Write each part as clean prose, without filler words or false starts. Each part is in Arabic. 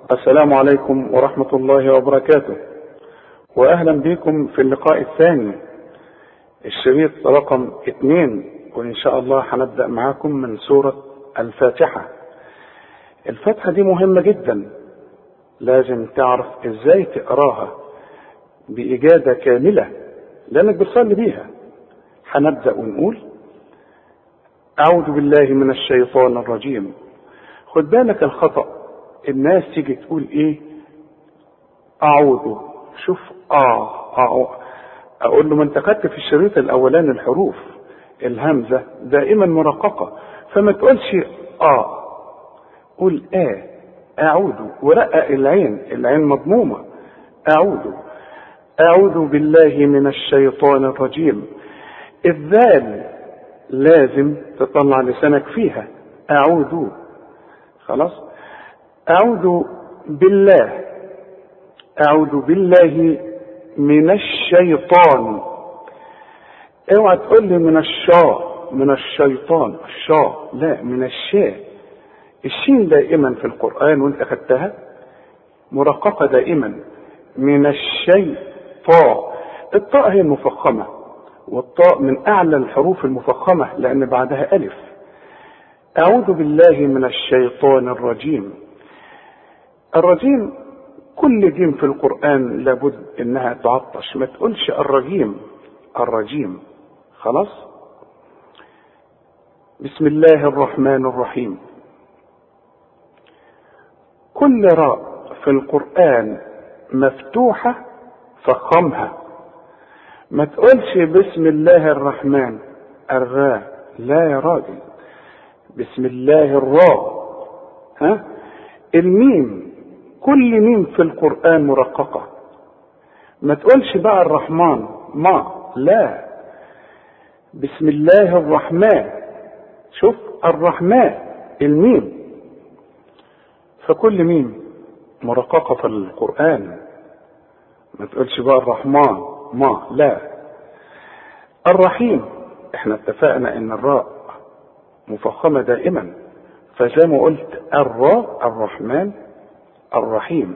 السلام عليكم ورحمة الله وبركاته، وأهلا بكم في اللقاء الثاني، الشريط رقم 2، وإن شاء الله هنبدأ معاكم من سورة الفاتحة. الفاتحة دي مهمة جدا، لازم تعرف إزاي تقراها بإجادة كاملة لأنك بتصلي بيها. هنبدأ ونقول: أعوذ بالله من الشيطان الرجيم. خد بالك الخطأ، الناس تيجي تقول ايه؟ اعوذ. شوف اقول له: ما انت خدت في الشريط الاولاني الحروف الهمزه دائما مرققه، فما تقولش قول اعوذ، ورقق العين مضمومه. اعوذ بالله من الشيطان الرجيم. الذال لازم تطلع لسانك فيها. اعوذ. خلاص. أعوذ بالله من الشيطان. اوعى تقول لي من الشيطان لا، من الشاء. الشين دائما في القرآن وانت خدتها مرققة دائما. من الشيطان. الطاء هي المفخمة، والطاء من أعلى الحروف المفخمة لأن بعدها ألف. أعوذ بالله من الشيطان الرجيم. الرجيم كل جيم في القرآن لابد انها تعطش، ما تقولش الرجيم. خلاص. بسم الله الرحمن الرحيم. كل راء في القرآن مفتوحة فخمها. ما تقولش بسم الله الرحمن الراء، لا يا راجل. بسم الله الراء. الميم، كل ميم في القرآن مرققة. ما تقولش بقى الرحمن لا. بسم الله الرحمن. شوف الرحمن الميم، فكل ميم مرققة في القرآن. ما تقولش بقى الرحمن لا. الرحيم، احنا اتفقنا ان الراء مفخمة دائما، فزي ما قلت الراء الرحمن الرحيم.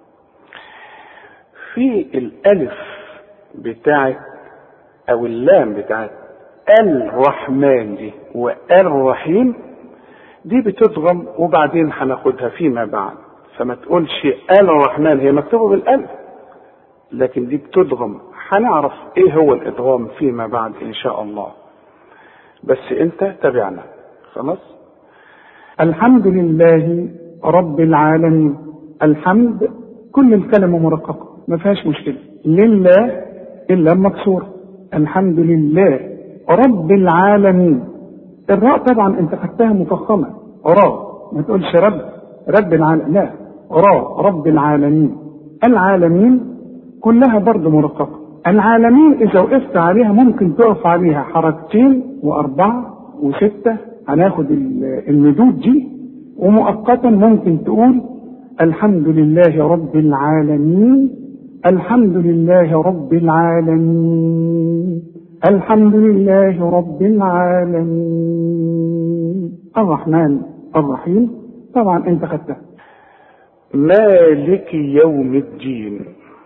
في الالف بتاعت او اللام بتاعت الرحمن دي والرحيم دي بتضغم، وبعدين هناخدها فيما بعد. فما تقولش الرحمن، هي مكتوبة بالالف لكن دي بتضغم. هنعرف ايه هو الادغام فيما بعد ان شاء الله، بس انت تابعنا. خلاص. الحمد لله رب العالمين. الحمد كل الكلمة مرققة ما فيهاش مشكلة. لله إلا مكسورة. الحمد لله رب العالمين. الراء طبعا انت خدتها مفخمة، راء. ما تقولش رب العالمين، لا، راء رب العالمين. العالمين كلها برضه مرققة. العالمين إذا وقفت عليها ممكن تقف عليها حركتين وأربعة وستة، هناخد المدود دي. ومؤقتا ممكن تقول الحمد لله رب العالمين. الحمد لله رب العالمين. الحمد لله رب العالمين. الرحمن الرحيم طبعا انت خدتها. مالك يوم الدين.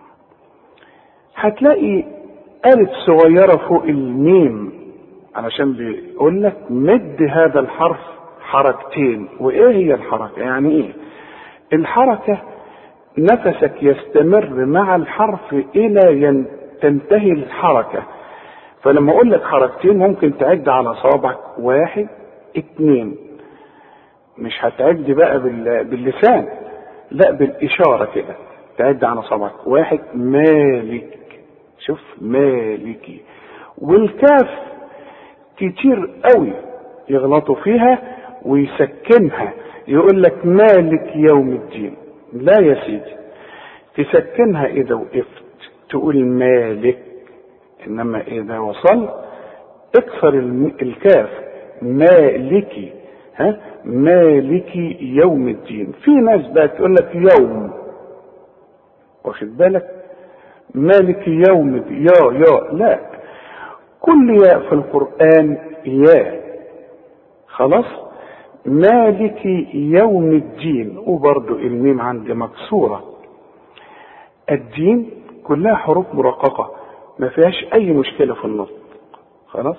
هتلاقي ألف صغيرة فوق الميم علشان بيقول لك مد هذا الحرف حركتين. وايه هي الحركة؟ يعني ايه الحركة؟ نفسك يستمر مع الحرف الى ان تنتهي الحركة. فلما اقول لك حركتين ممكن تعد على صابعك 1 2. مش هتعد بقى باللسان، لا، بالاشارة كده تعد على صابعك 1 مالك. شوف مالكي. والكاف كتير قوي يغلطوا فيها ويسكنها، يقول لك مالك يوم الدين. لا يا سيدي، تسكنها اذا وقفت تقول مالك، انما اذا وصل اكسر الكاف مالكي. مالكي يوم الدين. في ناس بقى تقول لك يوم، واخد بالك؟ مالك يوم الدين يا لا، كل ياء في القرآن ياء. خلاص. مالك يوم الدين، وبرضو الميم عندي مكسورة. الدين كلها حروف مرققة ما فيهاش اي مشكلة في النطق. خلاص.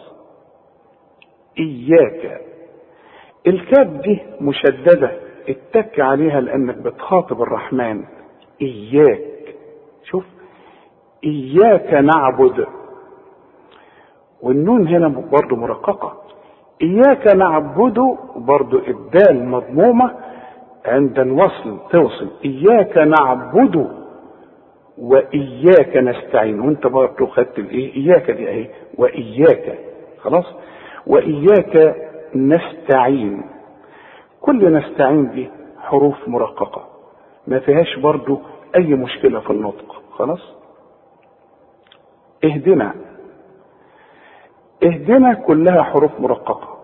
اياك، الكاف دي مشددة، اتك عليها لانك بتخاطب الرحمن. اياك، شوف، اياك نعبد، والنون هنا برضو مرققة. اياك نعبد برضو الدال مضمومة عند الوصل توصل. اياك نعبد واياك نستعين، وانت برضو خدت الايه اياك دي اهي، واياك. خلاص. واياك نستعين، كل نستعين دي حروف مرققة ما فيهاش برضو اي مشكلة في النطق. خلاص. اهدنا، اهدنا كلها حروف مرققة.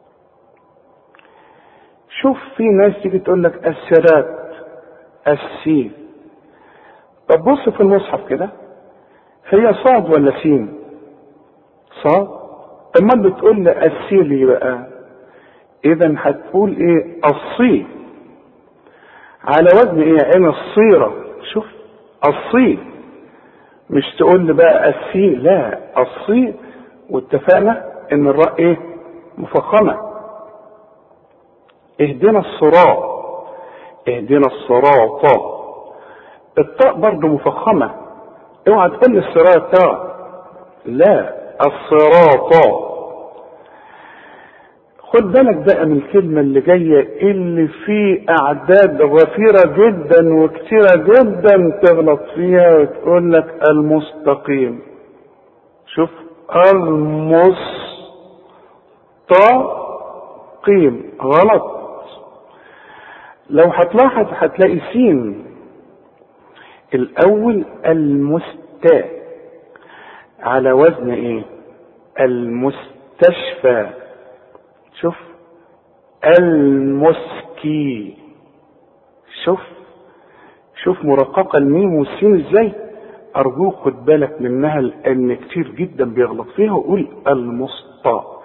شوف في ناس تيجي تقول لك السرات، السين. طب بص في المصحف كده، هي صاد ولا سين؟ صاد. امال بتقول لي السين ليه بقى؟ اذا هتقول ايه؟ الصي، على وزن ايه؟ عين الصيرة. شوف، الصي، مش تقول لي بقى السين، لا، الصي. واتفقنا ان الراء ايه؟ مفخمة. اهدنا الصراط، اهدنا الصراط. الطاء برضو مفخمة، اوعى تقول لي الصراط، لا، الصراط. خد بالك بقى من الكلمة اللي جاية، اللي فيه اعداد غفيرة جدا وكتيرة جدا تغلط فيها وتقول لك المستقيم. شوف، المستقيم غلط. لو هتلاحظ هتلاقي سين الاول، المستا، على وزن ايه؟ المستشفى. شوف، المسكي. شوف مرققة الميم والسين ازاي. ارجوك خد بالك منها لان كتير جدا بيغلط فيها ويقول المسطى.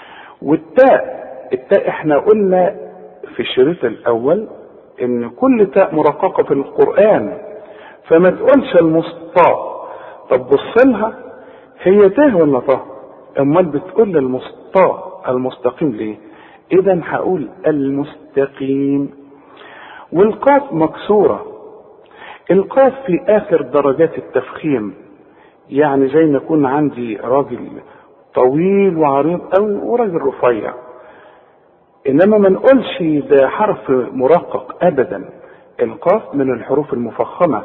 التاء احنا قلنا في الشريط الاول ان كل تاء مرققة في القرآن، فما تقولش المسطى. طب بص لها، هي تاء ولا طاء؟ امال بتقول المسطى المستقيم ليه؟ اذا هقول المستقيم. والقاف مكسورة. القاف في اخر درجات التفخيم، يعني زي ما يكون عندي راجل طويل وعريض قوي وراجل رفيع، انما ما نقولش ده حرف مرقق ابدا. القاف من الحروف المفخمة.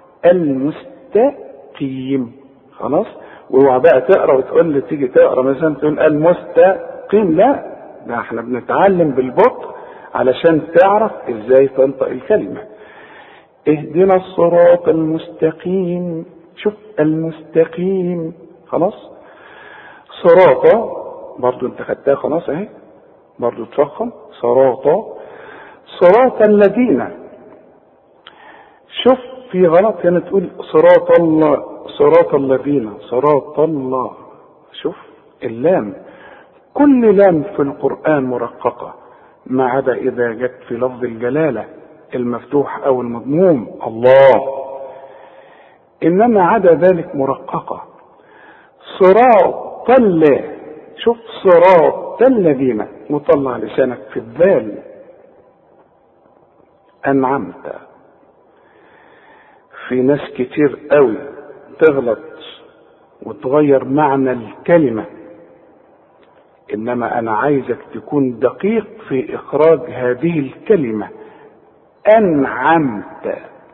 المستقيم. خلاص. واوعى بقى تقرا وتقول لي، تيجي تقرا مثلا تقول المستقيم، لا، ده احنا بنتعلم بالبطء علشان تعرف ازاي تنطق الكلمة. اهدنا الصراط المستقيم. شوف، المستقيم. خلاص. صراط برضو انت خدتها خلاص اهي، برضو تفخم. صراط الذين. شوف، في غلط هنا تقول صراط الله، صراط الذين، صراط الله. شوف اللام، كل لام في القرآن مرققة ما عدا إذا جت في لفظ الجلالة المفتوح أو المضموم الله، إنما عدا ذلك مرققة. صراط الله. شوف، صراط الذين، وطلع لسانك في الذال. أنعمت. في ناس كتير قوي تغلط وتغير معنى الكلمة، إنما أنا عايزك تكون دقيق في إخراج هذه الكلمة. أنعمت.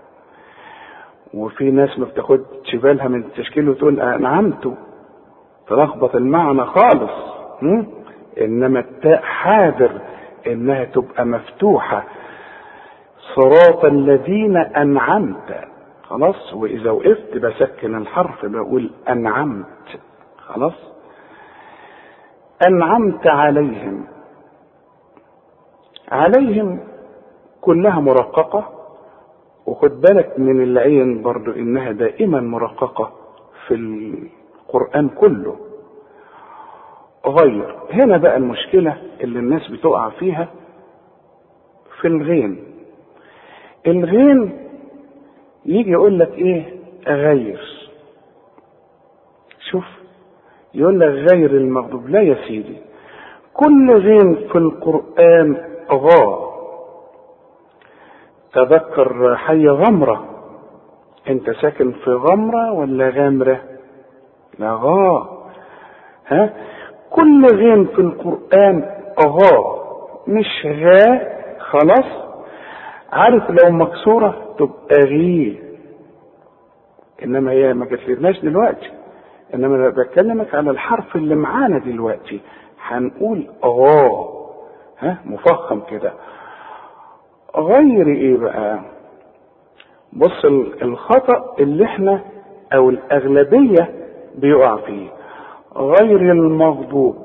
وفي ناس ما بتاخدش بالها من التشكيل وتقول أنعمت، تلخبط المعنى خالص. إنما التاء حاذر إنها تبقى مفتوحة. صراط الذين أنعمت. خلاص. وإذا وقفت بسكن الحرف بقول أنعمت. خلاص. أنعمت عليهم. عليهم كلها مرققة، وخد بالك من العين برضو إنها دائما مرققة في القرآن كله. غير هنا بقى المشكلة اللي الناس بتقع فيها، في الغين. الغين يجي يقول لك ايه؟ غير. شوف، يقول لك غير المغضوب. لا يا سيدي، كل غين في القرآن غا. تذكر حي غمرة. انت ساكن في غمرة ولا غامرة؟ لا، غا. ها، كل غين في القرآن غا مش غا. خلاص؟ عارف لو مكسورة تبقى غي، انما هي ما جاتلناش دلوقتي، انما انا بكلمك على الحرف اللي معانا دلوقتي. هنقول غا، ها، مفخم كده. غير ايه بقى؟ بص، الخطأ اللي احنا او الاغلبية بيقع فيه غير المغضوب.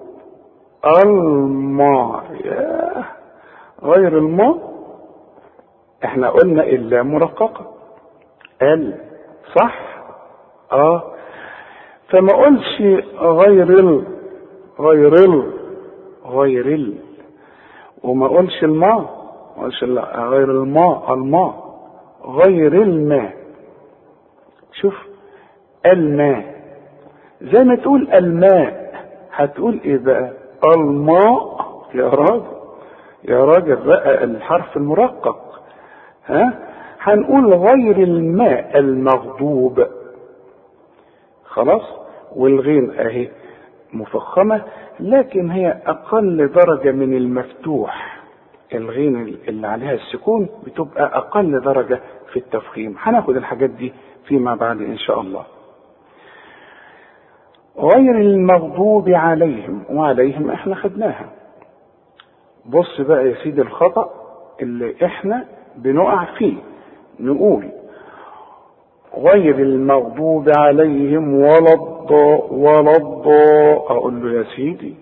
الماء، غير الماء. احنا قلنا الا مرققة. صح؟ فما قلش غير ال، وما قلش الماء، ما قلش غير الماء، غير الماء. شوف، الماء زي ما تقول الماء، هتقول ايه بقى؟ الماء. يا راجل بقى الحرف المرقق. هنقول غير الماء المغضوب. خلاص؟ والغين اهي مفخمة، لكن هي اقل درجة من المفتوح. الغين اللي عليها السكون بتبقى اقل درجة في التفخيم. هناخد الحاجات دي فيما بعد ان شاء الله. غير المغضوب عليهم، وعليهم احنا خدناها. بص بقى يا سيدي الخطأ اللي احنا بنقع فيه، نقول غير المغضوب عليهم ولا الضالين. اقول له يا سيدي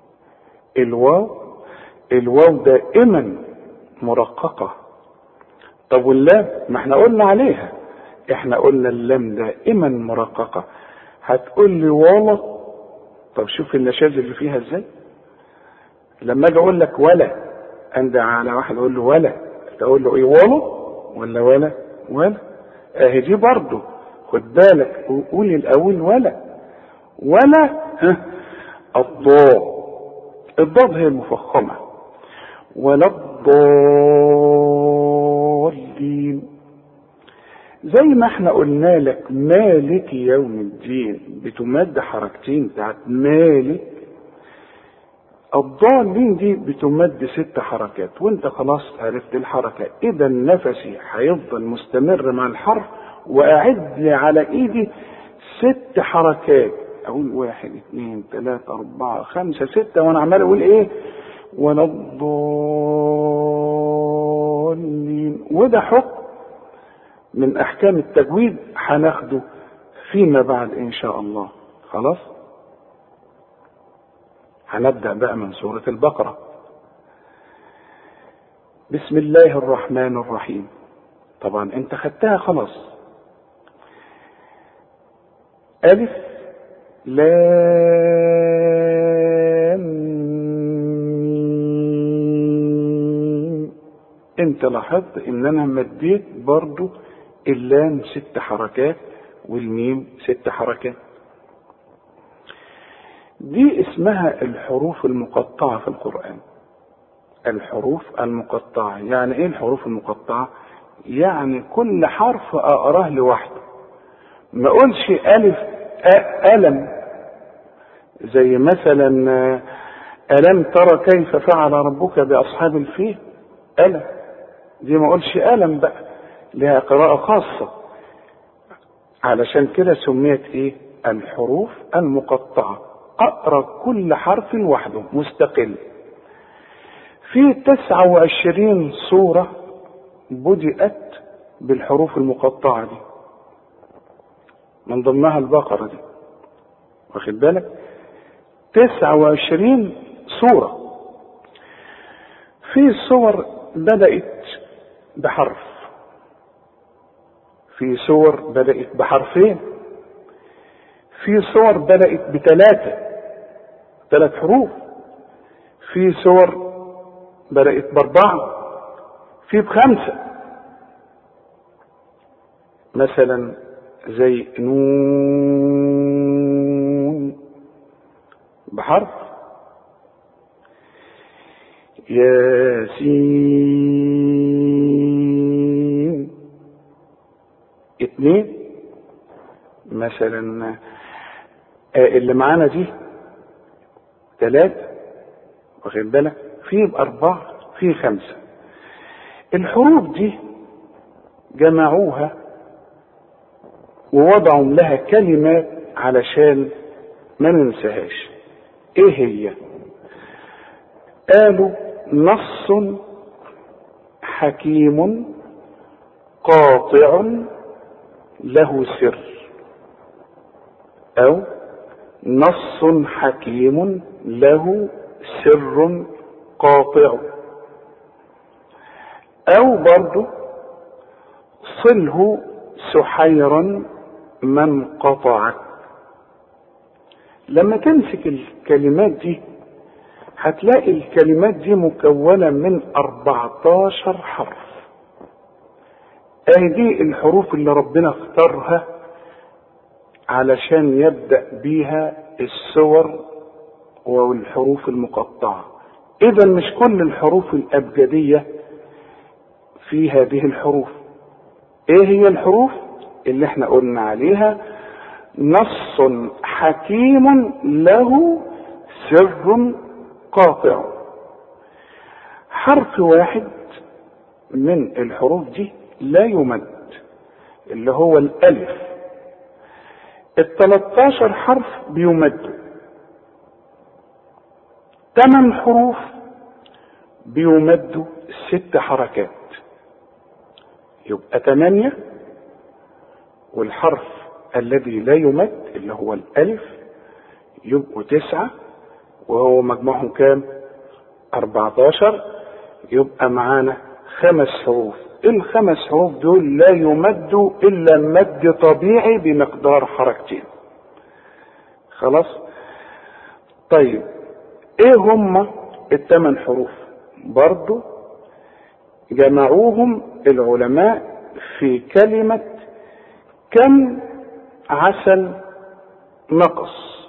الواو دائما مرققة. طب واللام؟ ما احنا قلنا عليها، احنا قلنا اللام دائما مرققة. هتقول لي ولا. طب شوف النشاز اللي فيها ازاي. لما اجي اقول لك ولا، اندع على واحد اقول له ولا، تقول له ايه؟ ولا اهي دي برضه خد بالك. قول الاول ولا الضاد هي المفخمة. ولا الضالين. زي ما احنا قلنا لك مالك يوم الدين بتمد حركتين بتاعت مالك. الضالين دي بتمد 6 حركات، وانت خلاص عرفت الحركة. اذا نفسي هيفضل مستمر مع الحرف، واعد لي على ايدي 6 حركات. اقول 1 2 3 4 5 6، وانا عمال اقول ايه؟ ولا الضالين. وده حكم من احكام التجويد هناخده فيما بعد ان شاء الله. خلاص؟ هنبدأ بقى من سورة البقرة. بسم الله الرحمن الرحيم. طبعا انت خدتها خلاص. ألف لام ميم. انت لاحظت ان انا مديت برضو اللام 6 حركات والميم 6 حركات. دي اسمها الحروف المقطعة في القرآن. الحروف المقطعة يعني ايه؟ الحروف المقطعة يعني كل حرف اقراه لوحده، ما اقولش الف ألم. زي مثلا ألم ترى كيف فعل ربك بأصحاب الفيل. ألم دي ما اقولش ألم بقى، لها قراءة خاصة. علشان كده سميت ايه؟ الحروف المقطعة. اقرأ كل حرف لوحده مستقل. في 29 سورة بدأت بالحروف المقطعة دي، من ضمنها البقرة دي. واخد بالك؟ 29 سورة. في صور بدأت بحرف، في صور بدأت بحرفين، في صور بدأت ب3 حروف، في صور بدأت ب4، في ب5 مثلا زي نون بحرف، ياسين 2 مثلا. اللي معانا دي 3 واخد بالك، في ب4 في 5. الحروف دي جمعوها ووضعوا لها كلمات علشان ما ننساهاش. ايه هي؟ قالوا نص حكيم قاطع له سر، او نص حكيم له سر قاطع، او برضو صله سحيرا من قطعك. لما تمسك الكلمات دي هتلاقي الكلمات دي مكونة من 14 حرف. دي الحروف اللي ربنا اختارها علشان يبدأ بيها السور والحروف المقطعة. اذا مش كل الحروف الابجدية في هذه الحروف. ايه هي الحروف اللي احنا قلنا عليها؟ نص حكيم له سر قاطع. حرف واحد من الحروف دي لا يمد، اللي هو الالف. ال13 حرف بيمدوا. 8 حروف بيمدوا 6 حركات، يبقى 8. والحرف الذي لا يمد اللي هو الالف يبقوا 9، وهو مجموعهم كام؟ 14. يبقى معانا 5 حروف. ال5 حروف دول لا يمدوا الا مد طبيعي بمقدار حركتين. خلاص؟ طيب ايه هم ال8 حروف؟ برضو جمعوهم العلماء في كلمة كم عسل نقص.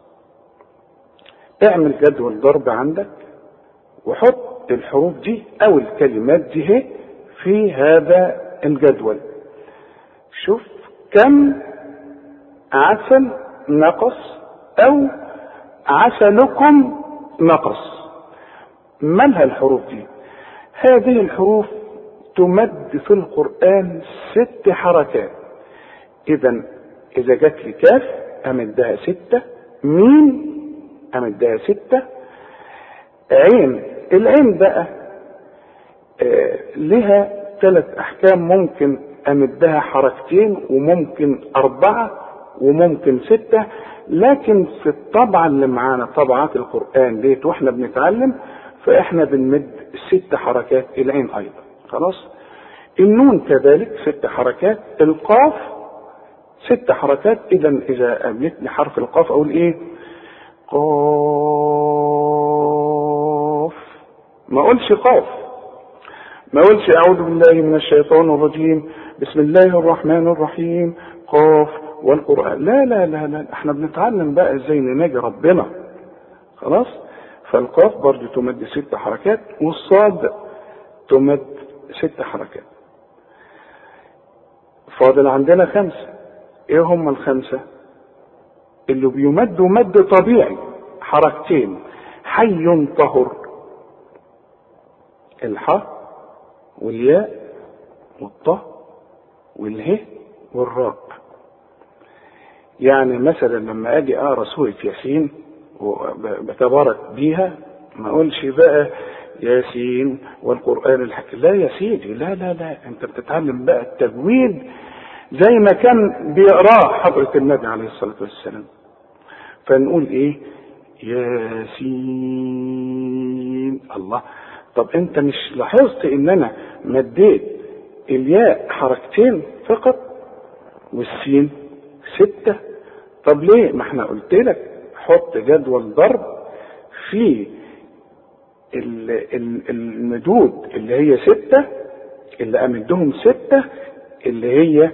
اعمل جدول ضرب عندك وحط الحروف دي او الكلمات دي في هذا الجدول. شوف كم عسل نقص او عسلكم نقص. مالها الحروف دي؟ هذه الحروف تمد في القرآن 6 حركات. اذا جت لي كاف امدها 6، ميم امدها 6، عين. العين بقى لها 3 احكام، ممكن امدها حركتين وممكن 4 وممكن 6، لكن في الطبعة اللي معانا طبعات القرآن ديت واحنا بنتعلم فاحنا بنمد 6 حركات العين ايضا. خلاص؟ النون كذلك 6 حركات، القاف 6 حركات. اذا قابلتني حرف القاف اقول ايه؟ قاف. ما اقولش قاف، ما اقولش اعوذ بالله من الشيطان الرجيم بسم الله الرحمن الرحيم قاف والقرآن. لا لا لا لا، احنا بنتعلم بقى ازاي نناجي ربنا. خلاص؟ فالقاف برضه تمد 6 حركات، والصاد تمد 6 حركات. فاضل عندنا 5. ايه هم ال5 اللي بيمدوا مد طبيعي حركتين؟ حي طهر، الحاء والياء والطاء والهاء والراء. يعني مثلا لما اجي اقرا سوره ياسين وبتبارك بيها ما اقولش بقى ياسين والقران الحكيم. لا يا سيدي، لا لا لا، انت بتتعلم بقى التجويد زي ما كان بيقراه حضره النبي عليه الصلاه والسلام. فنقول ايه؟ ياسين. الله، طب انت مش لاحظت ان انا مديت الياء حركتين فقط والسين 6؟ طب ليه؟ ما احنا قلت لك حط جدول ضرب في المدود اللي هي 6 اللي امدهم 6 اللي هي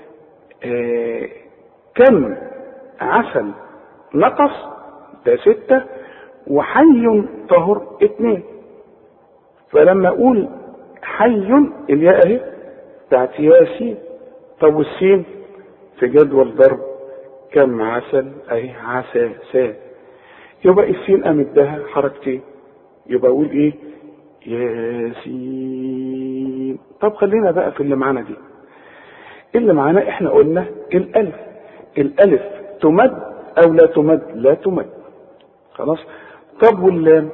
كم عسل نقص ده 6 وحي طهر 2. فلما اقول حي الياء اهي بتاعت ياسين. طب والسين في جدول ضرب كم عسل اهي عسى سا، يبقى السين امدها حركتين، يبقى اقول ايه ياسين. طب خلينا بقى في اللي معانا دي. اللي معانا احنا قلنا الالف تمد او لا تمد؟ لا تمد. خلاص. طب واللام؟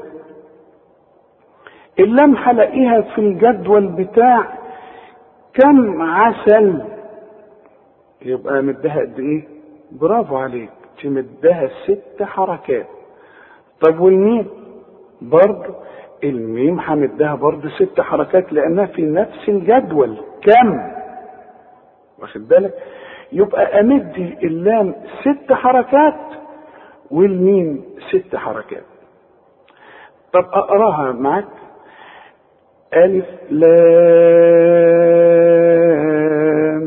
اللام هلاقيها في الجدول بتاع كم عسل، يبقى مدها قد ايه؟ برافو عليك، تمدها 6 حركات. طب والميم؟ برضه الميم همدها برضه 6 حركات لانها في نفس الجدول كم، واخد بالك؟ يبقى امدي اللام 6 حركات والميم 6 حركات. طب اقراها معاك. الف لام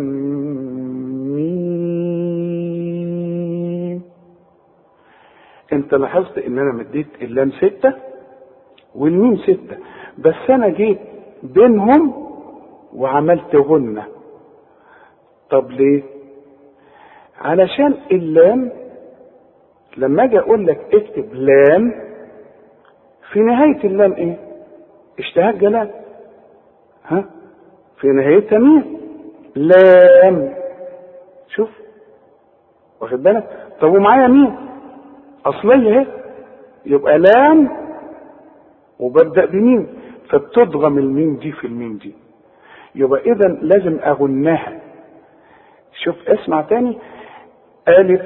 ميم. انت لاحظت ان انا مديت اللام 6 والميم 6، بس انا جيت بينهم وعملت غنة. طب ليه؟ علشان اللام لما اجي اقول لك اكتب لام، في نهاية اللام ايه؟ اشتهاء جلال. ها؟ في نهايتها مين؟ لام. شوف، واخد بالك؟ طب ومعايا مين؟ اصلية اهي، يبقى لام وببدأ بمين، فبتضغم الميم دي في الميم دي، يبقى اذا لازم اغنها. شوف اسمع تاني. الف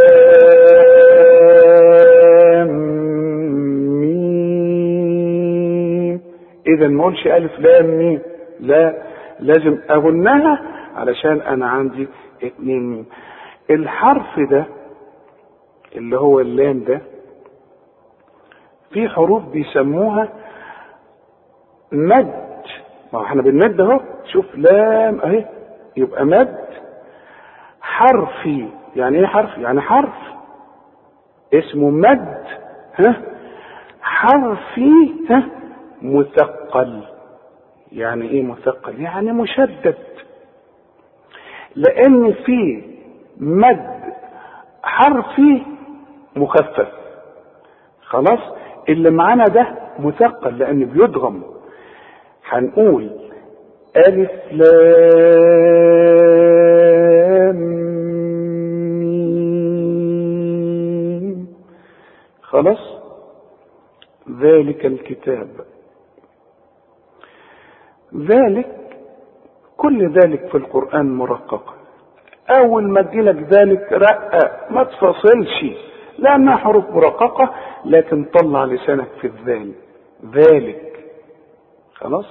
لام ميم. اذا ما اقولش الف لام ميم، لا، لازم اغنها علشان انا عندي 2 ميم. الحرف ده اللي هو اللام ده في حروف بيسموها مد. ما احنا بنمد اهو، شوف لام اهي، يبقى مد حرفي. يعني ايه حرف؟ يعني حرف اسمه مد حرفي مثقل. يعني ايه مثقل؟ يعني مشدد، لان في مد حرفي مخفف. خلاص. اللي معانا ده مثقل لان بيدغم. هنقول الف لام ميم. خلاص. ذلك الكتاب، ذلك كل ذلك في القرآن مرقق. اول ما تجيلك ذلك رقق، ما تفصلش لانها حروف مرققة، لكن طلع لسانك في الذال. ذلك. خلاص.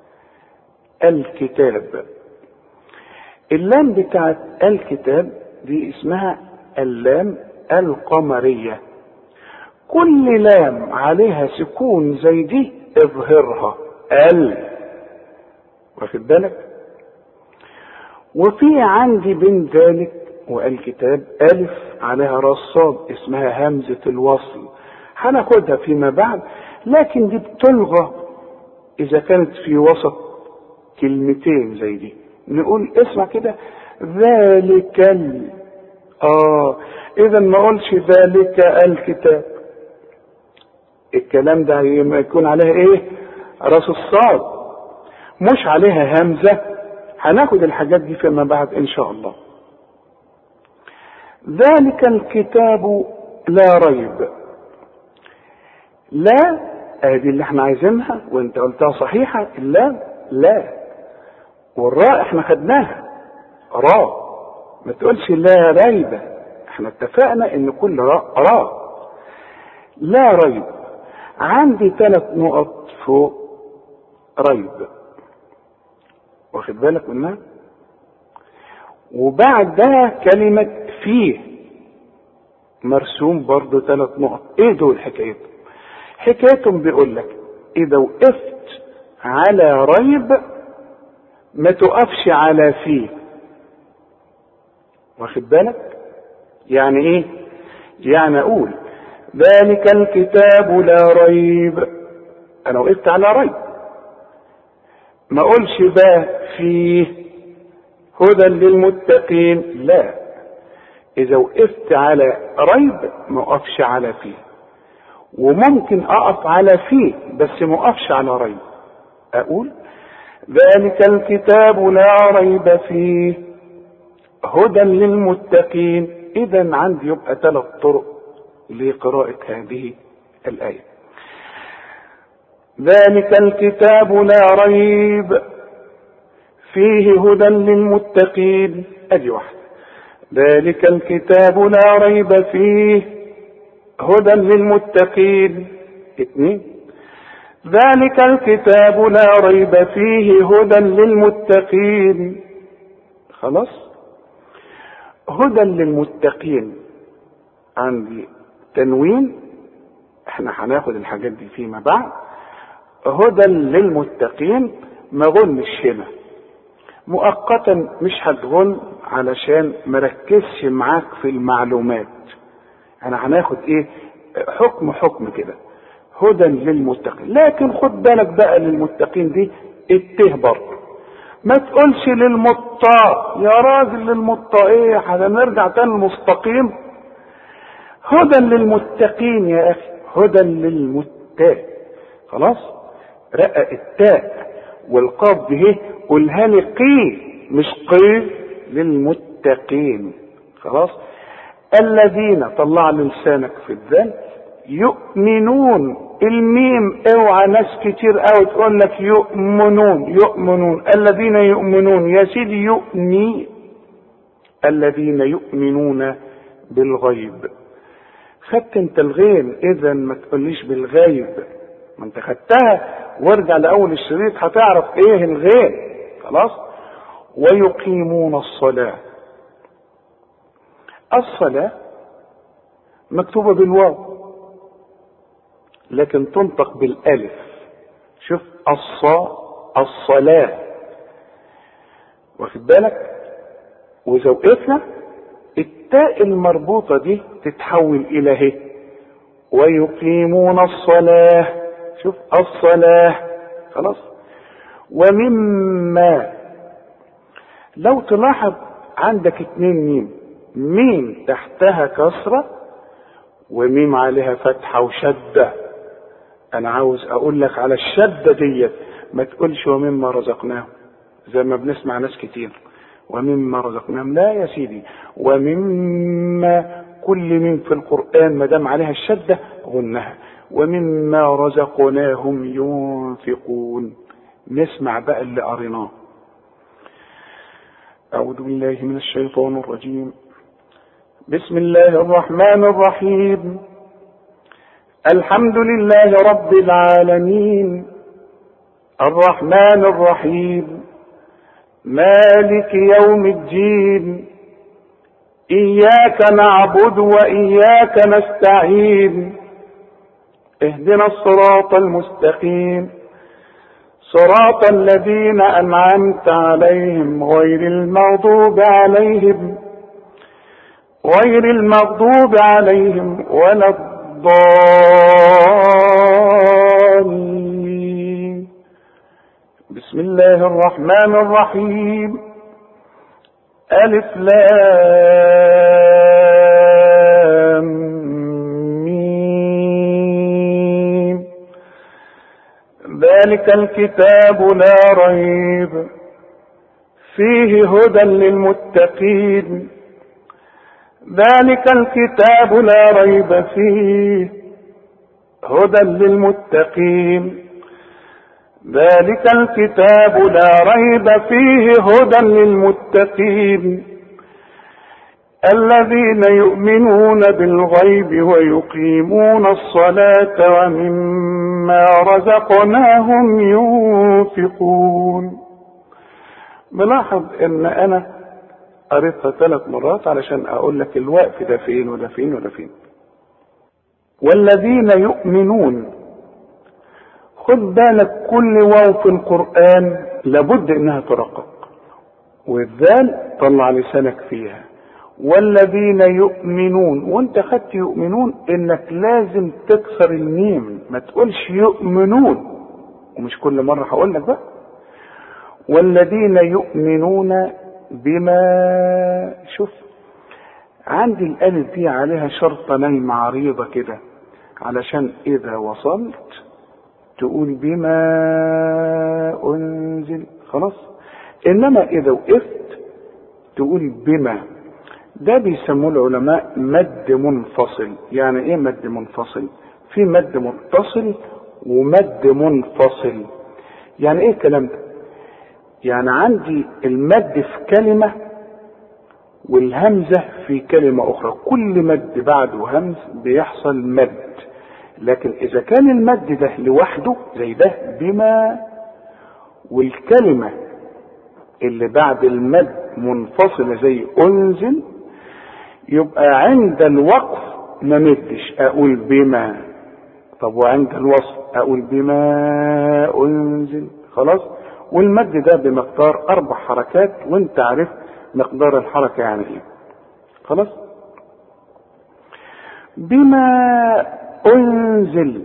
الكتاب، اللام بتاعت الكتاب دي اسمها اللام القمرية. كل لام عليها سكون زي دي اظهرها واخد بالك؟ وفي عندي بين ذلك والكتاب الف عليها راس صاد اسمها همزة الوصل، هناخدها فيما بعد، لكن دي بتلغى اذا كانت في وسط كلمتين زي دي. نقول اسمع كده ذلك اذا ما اقولش ذلك الكتاب. الكلام ده يكون عليها ايه؟ راس الصاد، مش عليها همزة. هناخد الحاجات دي فيما بعد ان شاء الله. ذلك الكتاب لا ريب. لا ادي اللي احنا عايزينها وانت قلتها صحيحة. لا والراء احنا خدناها راء، ما تقولش لا ريب. احنا اتفقنا ان كل راء. لا ريب. عندي 3 نقط فوق ريب، واخد بالك منها؟ وبعدها كلمة فيه مرسوم برضو 3 نقط. ايه دول حكايتهم؟ حكايتهم بيقول لك اذا وقفت على ريب ما تقفش على فيه. واخد بالك؟ يعني ايه؟ يعني اقول ذلك الكتاب لا ريب، انا وقفت على ريب، ما اقولش بقى فيه هدى للمتقين، لا، اذا وقفت على ريب ما اقفش على فيه، وممكن اقف على فيه بس ما اقفش على ريب، اقول ذلك الكتاب لا ريب فيه هدى للمتقين. اذا عندي يبقى 3 طرق لقراءة هذه الآية. ذلك الكتاب لا ريب فيه هدى للمتقين، ادي واحدة. ذلك الكتاب لا ريب فيه هدى للمتقين. 2 ذلك الكتاب لا ريب فيه هدى للمتقين. خلاص؟ هدى للمتقين عندي تنوين، احنا هناخد الحاجات دي فيما بعد. هدى للمتقين ما غنش هنا مؤقتا، مش هتغن علشان مركزش معاك في المعلومات. انا هناخد ايه حكم كده، هدى للمتقين. لكن خد بالك بقى للمتقين دي اتهبر، ما تقولش للمطاع يا راجل، للمطاع ايه؟ هنرجع تاني المستقيم. هدى للمتقين يا اخي، هدى للمتقين. خلاص؟ رقق التاء والقاف دي قولها لي قي مش قي، للمتقين. خلاص؟ الذين طلع لسانك في الذال يؤمنون، الميم اوعى ناس كتير قوي تقول لك يؤمنون الذين يؤمنون، يا سيدي يؤمني الذين يؤمنون بالغيب. خدت انت الغين، اذا ما تقوليش بالغيب، ما انت خدتها، وارجع لاول الشريط هتعرف ايه الغين. خلاص؟ ويقيمون الصلاة. الصلاة مكتوبة بالواو لكن تنطق بالالف. شوف الصلاة، واخد بالك؟ واذا وقفنا التاء المربوطة دي تتحول الى هي، ويقيمون الصلاة. شوف الصلاة. خلاص؟ ومما، لو تلاحظ عندك 2 ميم تحتها كسرة وميم عليها فتحة وشدة. انا عاوز اقول لك على الشدة ديت، ما تقولش ومما رزقناهم زي ما بنسمع ناس كتير ومما رزقناهم، لا يا سيدي، ومما كل ميم في القرآن ما دام عليها الشدة غنها. ومما رزقناهم ينفقون. نسمع بقى اللي قريناه. أعوذ بالله من الشيطان الرجيم. بسم الله الرحمن الرحيم. الحمد لله رب العالمين الرحمن الرحيم مالك يوم الدين إياك نعبد وإياك نستعين اهدنا الصراط المستقيم صراط الذين أنعمت عليهم غير المغضوب عليهم ولا الضالين. بسم الله الرحمن الرحيم. ألف لام ميم. ذلك الكتاب لا ريب فيه هدى للمتقين. ذلك الكتاب لا ريب فيه هدى للمتقين. ذلك الكتاب لا ريب فيه هدى للمتقين الذين يؤمنون بالغيب ويقيمون الصلاة ومما رزقناهم ينفقون. ملاحظ ان انا قريتها 3 مرات علشان اقول لك الوقف ده فين وده فين وده فين. والذين يؤمنون، خد بالك كل واو في القرآن لابد انها ترقق، والذال طلع لسانك فيها. والذين يؤمنون، وانت خدت يؤمنون انك لازم تكسر الميم، ما تقولش يؤمنون، ومش كل مرة هقول لك بقى. والذين يؤمنون بما، شوف عندي الالف دي عليها شرطة نايمة عريضة كده، علشان اذا وصلت تقول بما انزل خلاص، انما اذا وقفت تقول بما. ده بيسموه العلماء مد منفصل. يعني ايه مد منفصل؟ في مد متصل ومد منفصل. يعني ايه الكلام ده؟ يعني عندي المد في كلمة والهمزة في كلمة اخرى، كل مد بعده همز بيحصل مد. لكن اذا كان المد ده لوحده زي ده بما، والكلمة اللي بعد المد منفصلة زي انزل، يبقى عند الوقف ما مدش، اقول بما. طب وعند الوصل اقول بما انزل خلاص. والمد ده بمقدار 4 حركات، وانت عارف مقدار الحركة يعني ايه. خلاص. بما انزل،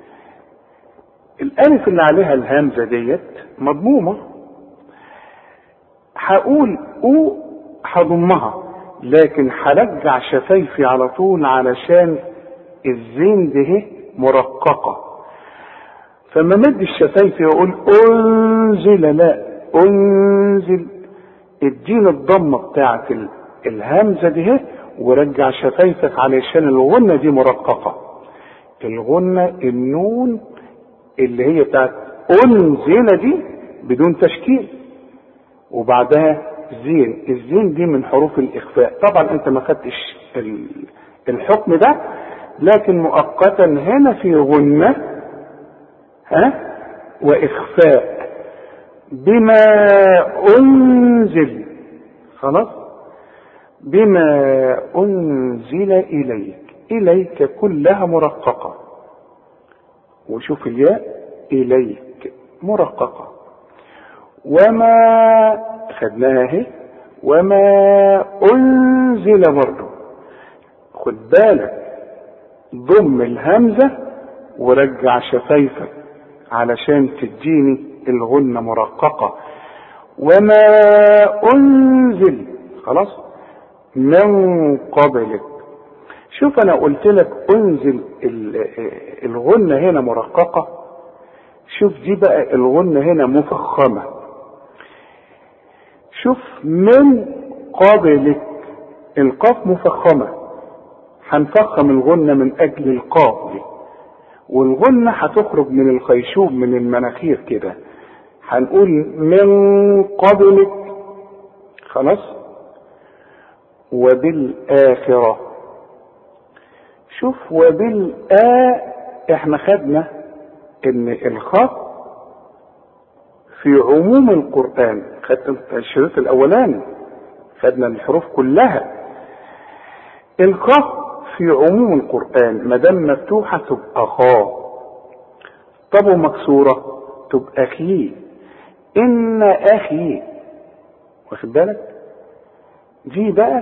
الالف اللي عليها الهمزة ديت مضمومة، هقول او هضمها، لكن هرجع شفايفي على طول علشان الزين ده مرققة، فما مد الشفايفي واقول انزل، لا انزل، اديني الضمة بتاعت الهمزة دي ورجع شفايفك علشان الغنة دي مرققة. الغنة النون اللي هي بتاعت انزل دي بدون تشكيل، وبعدها زين. الزين دي من حروف الاخفاء. طبعا انت ما خدتش الحكم ده، لكن مؤقتا هنا في غنة واخفاء. بما انزل خلاص. بما انزل اليك كلها مرققة، وشوف الياء اليك مرققة. وما خدناها اهي، وما انزل برضه خد بالك، ضم الهمزة ورجع شفايفك علشان تديني الغنة مرققة. وما انزل خلاص من قبلك. شوف انا قلت لك انزل الغنة هنا مرققة، شوف دي بقى الغنة هنا مفخمة. شوف من قبلك، القاف مفخمة، هنفخم الغنة من اجل القاف دي، والغنة هتخرج من الخيشوم من المناخير كده، هنقول من قبلك خلاص. وبالآخرة، شوف احنا خدنا ان الخاء في عموم القرآن، خدنا الشريط الاولاني خدنا الحروف كلها. الخاء في عموم القرآن ما دام مفتوحة تبقى خاء، طب ومكسورة تبقى خي. ان اخي، واخد بالك؟ دي بقى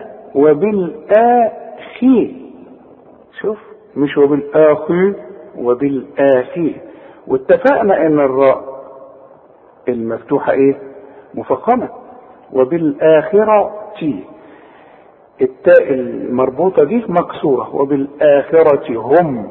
وبالآخي، شوف مش وبالآخي، وبالآخي. واتفقنا ان الراء المفتوحة ايه؟ مفخمة. وبالآخرة تي، التاء المربوطة دي مكسورة. وبالآخرة هم.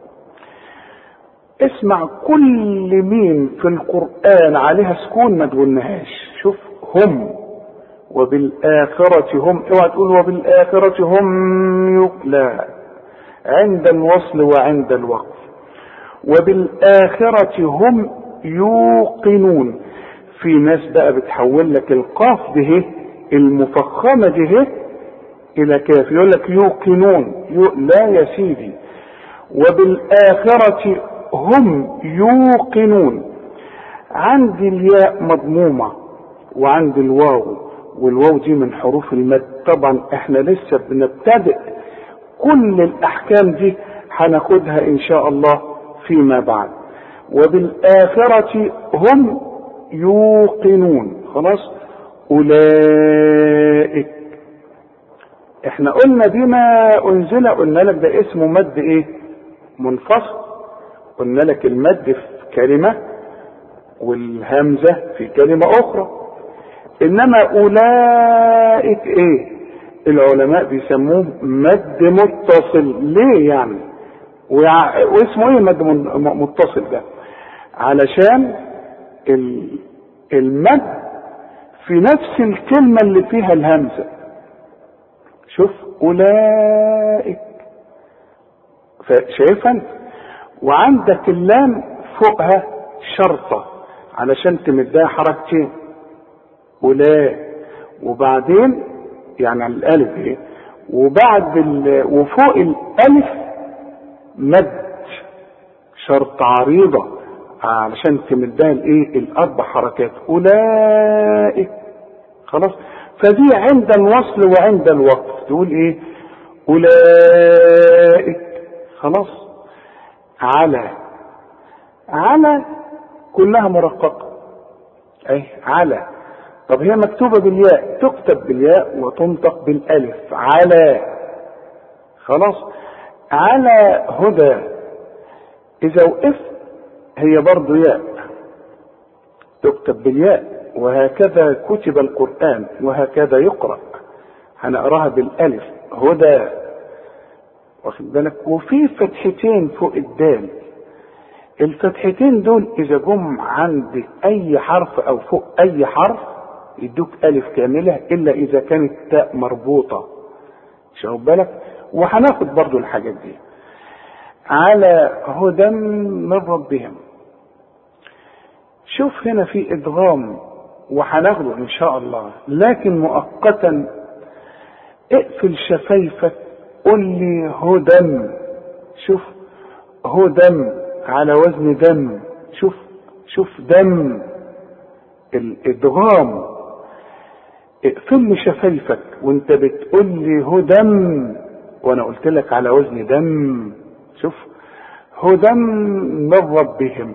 اسمع كل ميم في القرآن عليها سكون ما تقولناهاش. شوف هم، وبالآخرة هم، اوعى تقول وبالآخرة هم لا، عند الوصل وعند الوقف. وبالآخرة هم يوقنون. في ناس بقى بتحول لك القاف ده المفخمة ده الى كاف، يقول لك يوقنون. لا يا سيدي، وبالآخرة هم يوقنون. عندي الياء مضمومة وعند الواو، والواو دي من حروف المد. طبعا احنا لسه بنبتدئ، كل الاحكام دي هناخدها ان شاء الله فيما بعد. وبالآخرة هم يوقنون. خلاص، أولئك. احنا قلنا بما أنزل، قلنا لك ده اسمه مد ايه؟ منفصل. قلنا لك المد في كلمة والهمزة في كلمة أخرى. إنما أولئك ايه؟ العلماء بيسموه مد متصل. ليه يعني؟ واسمه ايه مد متصل ده؟ علشان المد في نفس الكلمة اللي فيها الهمزة. شوف أولئك، شايفا؟ وعندك اللام فوقها شرطة علشان تمدها حركتين، أولئك، وبعدين يعني على الألف ايه، وفوق الألف مد شرط عريضة علشان تمدها الايه؟ الأربع حركات، أولئك. خلاص، فدي عند الوصل وعند الوقف تقول ايه؟ أولئك. خلاص. على كلها مرققة اي على. طب هي مكتوبة بالياء، تكتب بالياء وتنطق بالالف، على. خلاص، على هدى. اذا وقفت هي برضو ياء، تكتب بالياء، وهكذا كتب القرآن وهكذا يقرأ. هنقراها بالالف، هدى، واخد بالك؟ وفي فتحتين فوق الدال. الفتحتين دول اذا جم عند اي حرف او فوق اي حرف يدوك الف كاملة، الا اذا كانت تاء مربوطة. شوف بالك، وهناخد برضو الحاجات دي. على هدى من ربهم. شوف هنا في ادغام وهناخده ان شاء الله، لكن مؤقتا اقفل شفايفك، قل لي هدى. شوف، هدى على وزن دم. شوف دم، الادغام. اقفل لي شفايفك وانت بتقول لي هدى، وانا قلت لك على وزن دم. شوف، هدى من ربهم.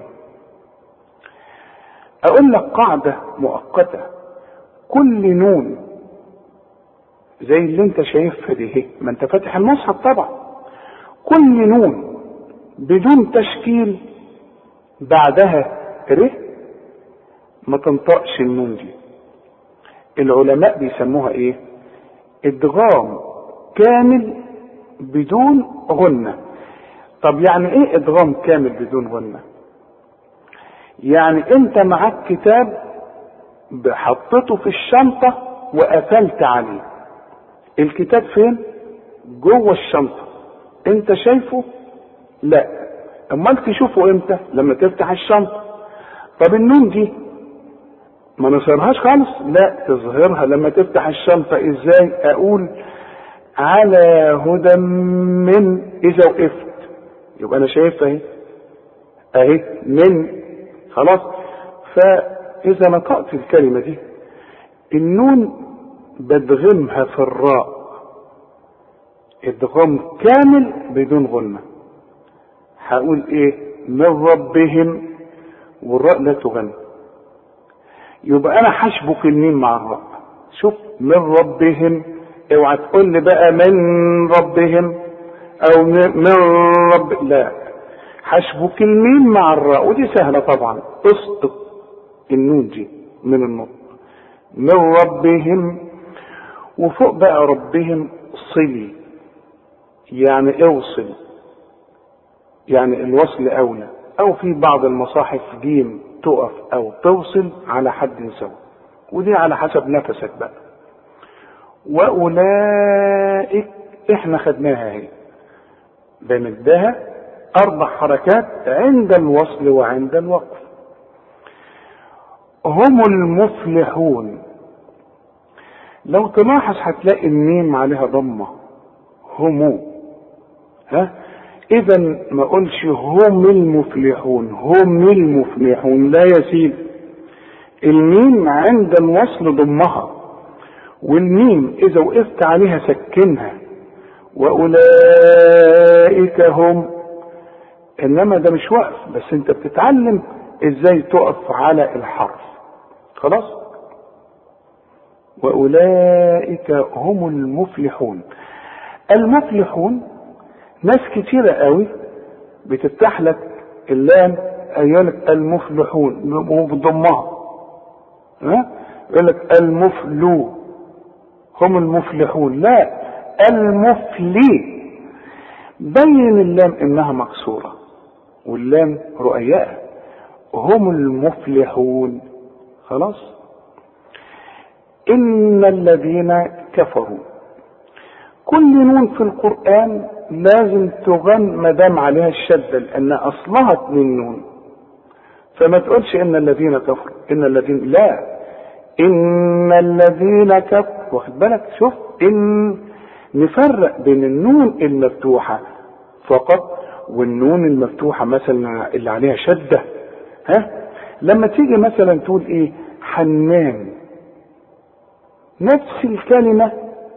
اقول لك قاعدة مؤقتة، كل نون زي اللي انت شايفها دي، ما انت فاتح المصحف طبعا، كل نون بدون تشكيل بعدها ر ما تنطقش النون دي. العلماء بيسموها ايه؟ ادغام كامل بدون غنة. طب يعني ايه ادغام كامل بدون غنة؟ يعني انت معاك كتاب حطيته في الشنطة وقفلت عليه. الكتاب فين؟ جوه الشنطة، انت شايفه؟ لا. امال تشوفه امتى؟ لما تفتح الشنطة. طب النون دي ما نظهرهاش خالص؟ لا، تظهرها لما تفتح الشنطة. ازاي؟ اقول على هدى من، اذا وقفت يبقى انا شايفها اهي من. خلاص، فاذا نطقت الكلمة دي النون بدغمها في الراء ادغام كامل بدون غنة. هقول ايه؟ من ربهم، والراء لا تغنى، يبقى انا هشبك الميم مع الراء. شوف، من ربهم. اوعى تقول لي بقى من ربهم او من رب، لا، هشبك الميم مع الراء، ودي سهلة طبعا. اسقط النون دي من النطق، من ربهم. وفوق بقى ربهم صلي، يعني اوصل، يعني الوصل اولى. او في بعض المصاحف جيم تقف او توصل على حد سواء، ودي على حسب نفسك بقى. واولئك احنا خدناها اهي، بمدها 4 حركات عند الوصل وعند الوقف. هم المفلحون. لو تلاحظ هتلاقي الميم عليها ضمة، هم. اذا ما قلش هم المفلحون، هم المفلحون، لا يا سيدي. الميم عند الوصل ضمها، والميم اذا وقفت عليها سكنها. واولئك هم. انما ده مش وقف، بس انت بتتعلم ازاي تقف على الحرف. خلاص. واولئك هم المفلحون. المفلحون ناس كتيرة قوي بتفتح لك اللام ايالك المفلحون بضمها، يقول لك المفلو هم المفلحون، لا المفلي. بين اللام انها مكسورة واللام رؤياء، هم المفلحون. خلاص. ان الذين كفروا، كل نون في القرآن لازم تغن مدام عليها الشدة، لان اصلها 2 نون. فما تقولش ان الذين كفروا، ان الذين، لا، ان الذين كفروا. واخد بالك؟ شوف، ان نفرق بين النون المفتوحة فقط والنون المفتوحة مثلا اللي عليها شدة. لما تيجي مثلا تقول ايه؟ حنان، نفس الكلمة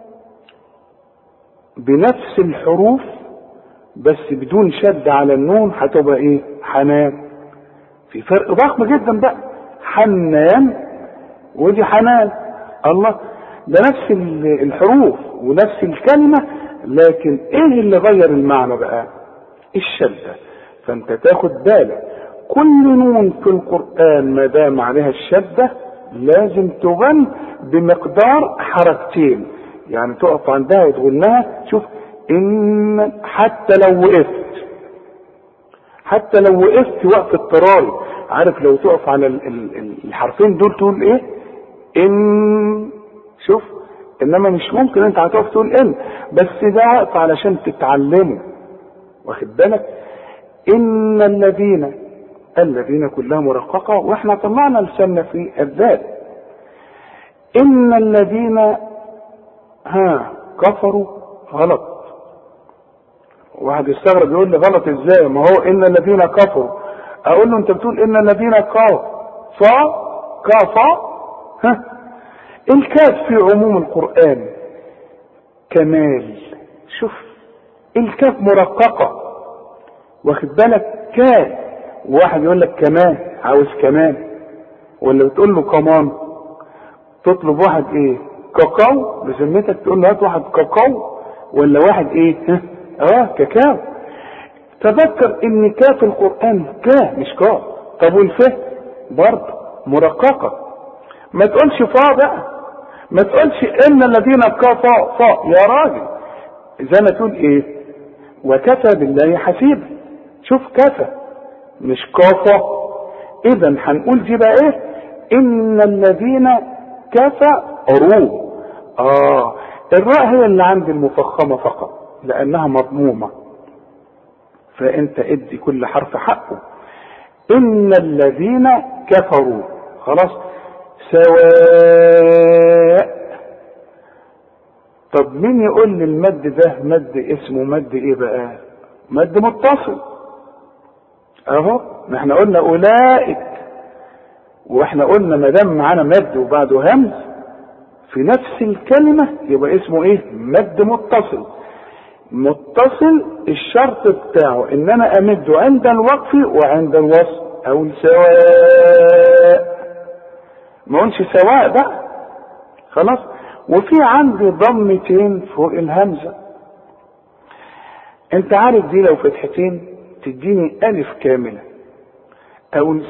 بنفس الحروف بس بدون شد على النون هتبقى ايه؟ حنان. في فرق ضخم جدا بقى، حنان ودي حنان. الله، ده نفس الحروف ونفس الكلمة، لكن ايه اللي غير المعنى بقى؟ الشدة. فانت تاخد بالك، كل نون في القرآن ما دام عليها الشدة لازم تغن بمقدار حركتين، يعني تقف عندها وتقول لها شوف ان، حتى لو وقفت وقف اضطراري، عارف لو تقف على الحرفين دول تقول ايه؟ ان. شوف، انما مش ممكن انت هتقف تقول ان، بس ده وقت علشان تتعلمه. واخد بالك؟ ان الذين كلها مرققة، واحنا طلعنا لساننا في الذات. ان الذين كفروا غلط. واحد يستغرب يقول لي غلط ازاي؟ ما هو ان الذين كفروا. اقول له انت بتقول ان الذين كفا. الكاف في عموم القرآن كمال. شوف، الكاف مرققة. واخد بالك؟ كاف. واحد يقول لك كمان، عاوز كمان، ولا بتقول له كمان. تطلب واحد ايه؟ كاكاو بذمتك؟ تقول له هات واحد كاكاو، ولا واحد ايه؟ كاكاو. تذكر ان كاف القرآن مش كاف. طب والفه برضه مرققة. ما تقولش فا بقى، ما تقولش ان الذين كفروا فا يا راجل، زي ما تقول ايه؟ وكفى بالله حسيبا. شوف، كفى مش كفى. اذا هنقول دي بقى ايه؟ ان الذين كفروا. الراء هي اللي عند المفخمة فقط لانها مضمومة، فانت ادي كل حرف حقه. ان الذين كفروا. خلاص. سواء. طب مين يقول لي المد ده مد اسمه مد ايه بقى؟ مد متصل. اهو، ما احنا قلنا اولئك، واحنا قلنا ما دام معانا مد وبعده همز في نفس الكلمة يبقى اسمه ايه؟ مد متصل. متصل الشرط بتاعه ان انا امد عند الوقف وعند الوصل. او سواء، ما قلش سواء بقى. خلاص. وفي عندي ضمتين فوق الهمزة. انت عارف دي لو فتحتين تديني الف كاملة. او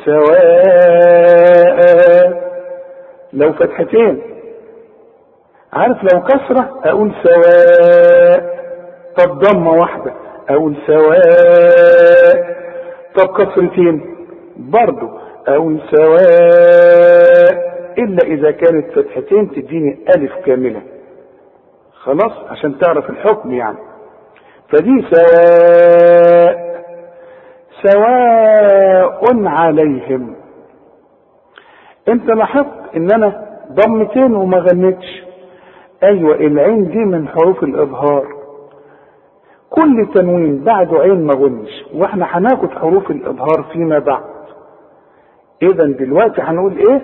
سواء لو فتحتين. عارف لو كسرة اقول سواء. طب ضمة واحدة اقول سواء. طب كسرتين برضو اقول سواء، الا اذا كانت فتحتين تديني الف كاملة. خلاص، عشان تعرف الحكم يعني. فدي سواء عليهم. انت لاحظت ان انا ضمتين وما غنيتش. ايوه، العين دي من حروف الاظهار، كل تنوين بعده عين ما غنش، واحنا هناخد حروف الاظهار فيما بعد. اذا دلوقتي هنقول ايه؟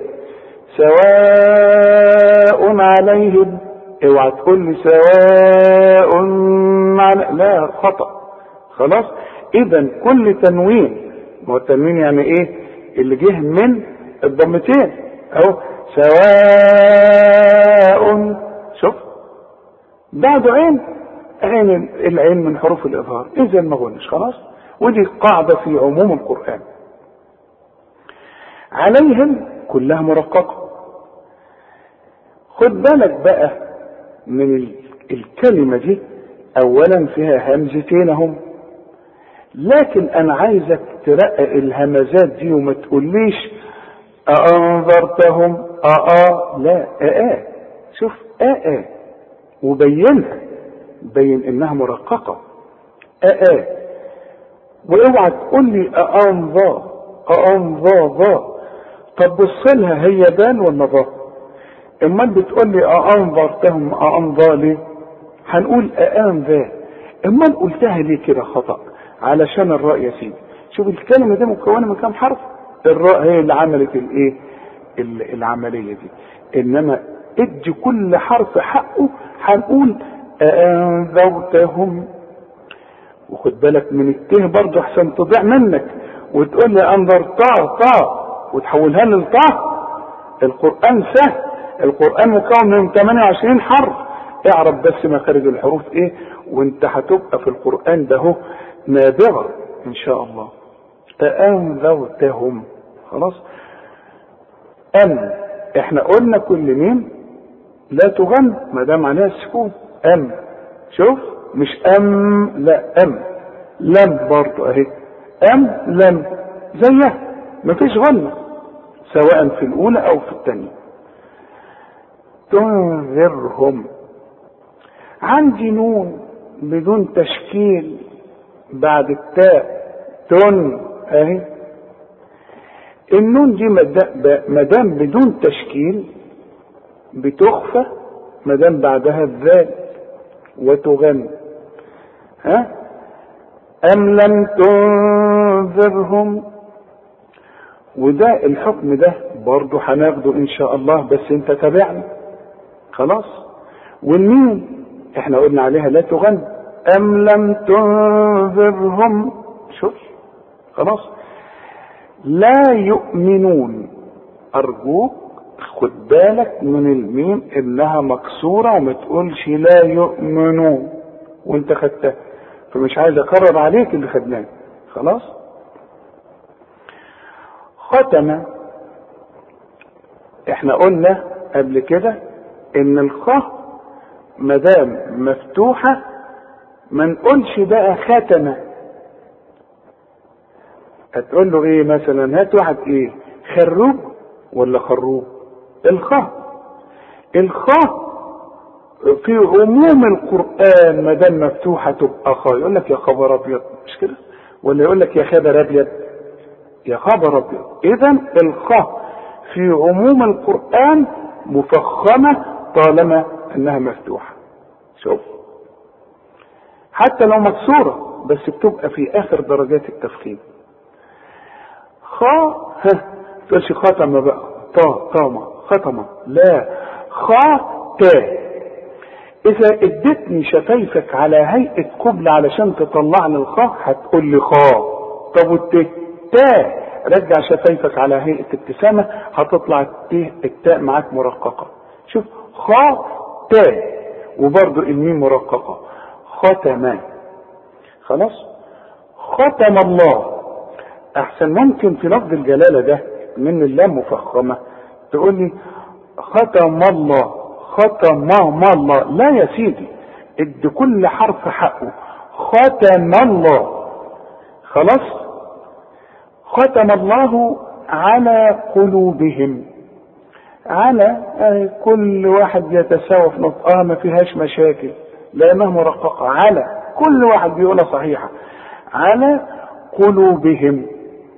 سواء عليهم. اوعى تقول لي سواء لا، خطأ. خلاص. اذا كل تنوين، ما هو التنوين يعني ايه؟ اللي جه من الضمتين. اهو سواء. شوف بعد عين العين من حروف الإظهار، إذا ما غنش خلاص. ودي قاعدة في عموم القرآن. عليهم كلها مرققة. خد بالك بقى من الكلمة دي، أولا فيها همزتين هم، لكن أنا عايزك ترقق الهمزات دي وما تقوليش أأنذرتهم لا شوف وبينها، بين إنها مرققة واوعى تقول لي أأنظى. طب بص لها، هي دال ولا ضاء؟ اما بتقول لي أأنظرتهم أأنظى ليه؟ هنقول أأنذا. اما قلتها ليه كده خطأ؟ علشان الراء يا سيدي. شوف الكلمة دي مكونة من كام حرف؟ الراء هي اللي عملت الايه العملية دي. انما ادي كل حرف حقه. هنقول أأنذرتهم. وخد بالك من الته برضه احسن تضيع منك وتقول لي انظر طا وتحولها للطا. القرآن سهل، القرآن مكون من 28 حرف. اعرف بس مخارج الحروف ايه، وانت هتبقى في القرآن ده هو نابغة ان شاء الله. أأنذرتهم خلاص. احنا قلنا كل ميم لا تغن ما دام عليها السكون. شوف مش لا لم برضو اهي. لم زيها مفيش غنة سواء في الاولى او في الثانية. تنذرهم، عندي نون بدون تشكيل بعد التاء اهي. النون دي مدام بدون تشكيل بتخفى مدام بعدها الذال وتغن. أم لم تنذرهم. وده الحكم ده برضو هناخده ان شاء الله، بس انت تابعني خلاص. والمين احنا قلنا عليها لا تغن. أم لم تنذرهم. شوف خلاص. لا يؤمنون، ارجوك خد بالك من الميم انها مكسورة وما تقولش لا يؤمنون وانت خدتها، فمش عايز اكرر عليك اللي خدناه خلاص. ختم، احنا قلنا قبل كده ان الخاء مدام مفتوحة ما نقولش بقى ختمة. هتقول له ايه مثلا؟ هات واحد ايه، خروب ولا خروب؟ الخاء في عموم القرآن ما دام مفتوحة تبقى خاء. يقول لك يا خبر ابيض، مش كده؟ ولا يقول لك يا خبر ابيض، يا خبر ابيض. اذا الخاء في عموم القرآن مفخمة طالما انها مفتوحة. شوف حتى لو مكسورة بس بتبقى في اخر درجات التفخيم. خاء تقولش ختم بقى ختمة، لا تا. اذا ادتني شفايفك على هيئة قبلة علشان تطلع لي الخاء هتقول لي خاء. طب والت تا، رجع شفايفك على هيئة ابتسامة هتطلع التاء معاك مرققة. شوف خاء تا، وبرضو الميم مرققة. ختمان خلاص. ختم الله احسن. ممكن في لفظ الجلالة ده من اللام مفخمة تقول لي ختم الله الله. لا يا سيدي، ادي كل حرف حقه. ختم الله خلاص. ختم الله على قلوبهم. على كل واحد يتساوى في نطقها ما فيهاش مشاكل لانها مرققة. على كل واحد بيقولها صحيحة. على قلوبهم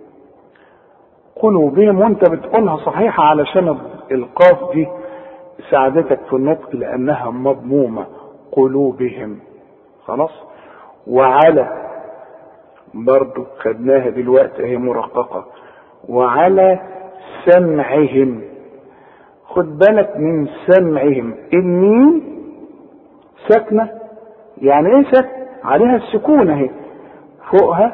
وانت بتقولها صحيحة علشان القاف دي ساعدتك في النطق لانها مضمومة. قلوبهم خلاص. وعلى برضو خدناها دلوقتي هي مرققة. وعلى سمعهم، خد بالك من سمعهم. الميم ساكنة، يعني ايه ساكنة؟ عليها السكون اهي، فوقها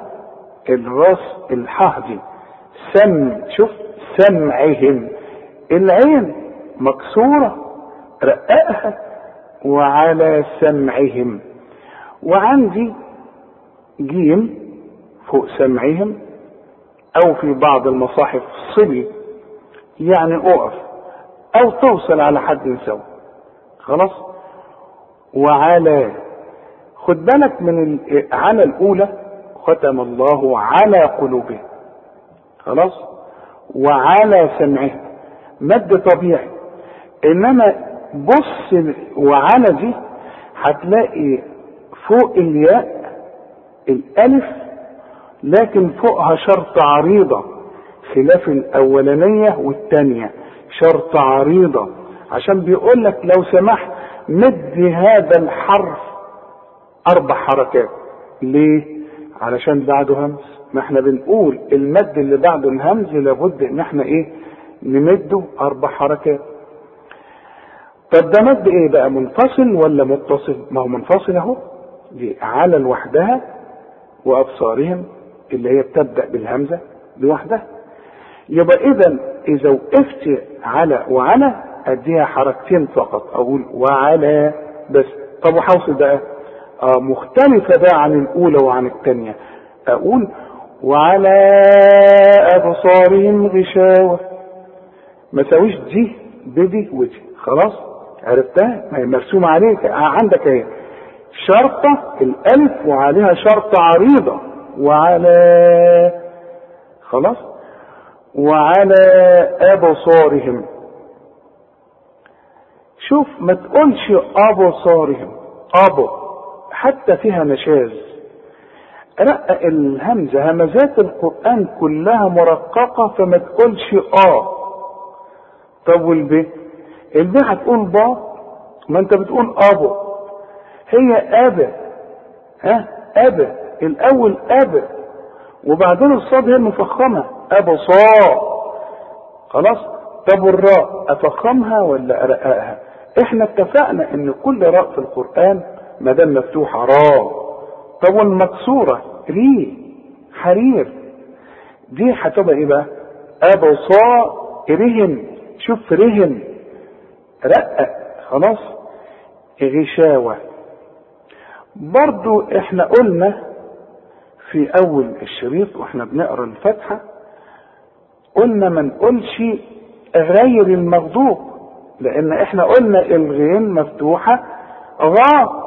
الراس الحاء دي. شوف سمعهم. العين مكسورة رققها وعلى سمعهم. وعندي جيم فوق سمعهم، او في بعض المصاحف صلي يعني اقف او توصل على حد سوا. خلاص. وعلى، خد بالك من على الاولى ختم الله على قلوبهم. خلاص. وعلى سمعهم مد طبيعي. انما بص وعلى دي هتلاقي فوق الياء الالف لكن فوقها شرط عريضة، خلاف الاولانية والتانية شرط عريضة، عشان بيقول لك لو سمحت مد هذا الحرف 4 حركات. ليه؟ علشان بعده همز. ما احنا بنقول المد اللي بعده الهمز لابد ان احنا نمده 4 حركات. طب ده مد ايه بقى، منفصل ولا متصل؟ ما هو منفصل اهو، دي على لوحدها وابصارهم اللي هي بتبدأ بالهمزة لوحدها. يبقى اذا وقفت على وعلى اديها حركتين فقط، اقول وعلى بس. طب وحوصل بقى مختلفة بقى عن الاولى وعن الثانية، اقول وعلى ابصارهم غشاوة. ما سويش دي بدي ودي. خلاص عرفتها؟ ما هي مرسومة عليك عندك اهي شرطة الالف وعليها شرطة عريضة وعلى. خلاص. وعلى ابصارهم. شوف ما تقولش ابصارهم ابو، حتى فيها نشاز. رقق الهمزة، همزات القرآن كلها مرققة، فما تقولش طب والب؟ الب هتقول با، ما انت بتقول ابو. هي ابا، ابا الاول ابا، وبعدين الصاد هي المفخمة ابصار. خلاص. طب والراء افخمها ولا ارققها؟ احنا اتفقنا ان كل راء في القرآن ما دام مفتوحة راء. طب والمكسورة ري حرير، دي هتبقى ايه بقى؟ ابصار رهن. شوف رهن رقق. خلاص. غشاوة. برضو احنا قلنا في اول الشريط واحنا بنقرا الفاتحة قلنا ما نقولش غير المغضوب، لان احنا قلنا الغين مفتوحة غا،